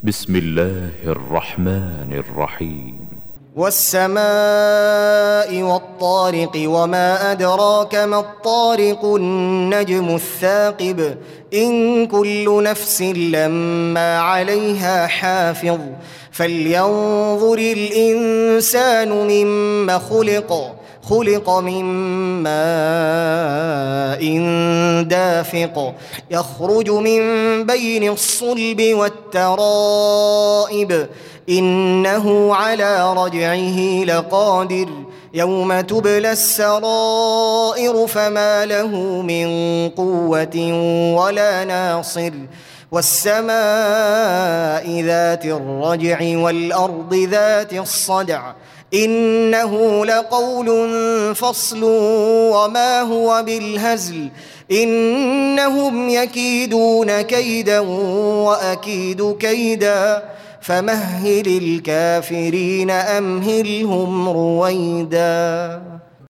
بسم الله الرحمن الرحيم. والسماء والطارق وما أدراك ما الطارق النجم الثاقب إن كل نفس لما عليها حافظ فلينظر الإنسان مما خلق من ماء دافق يخرج من بين الصلب والترائب إنه على رجعه لقادر يوم تبلى السرائر فما له من قوة ولا ناصر والسماء ذات الرجع والأرض ذات الصدع إنه لقول فصل وما هو بالهزل إنهم يكيدون كيدا وأكيد كيدا فمهل الكافرين أمهلهم رويدا.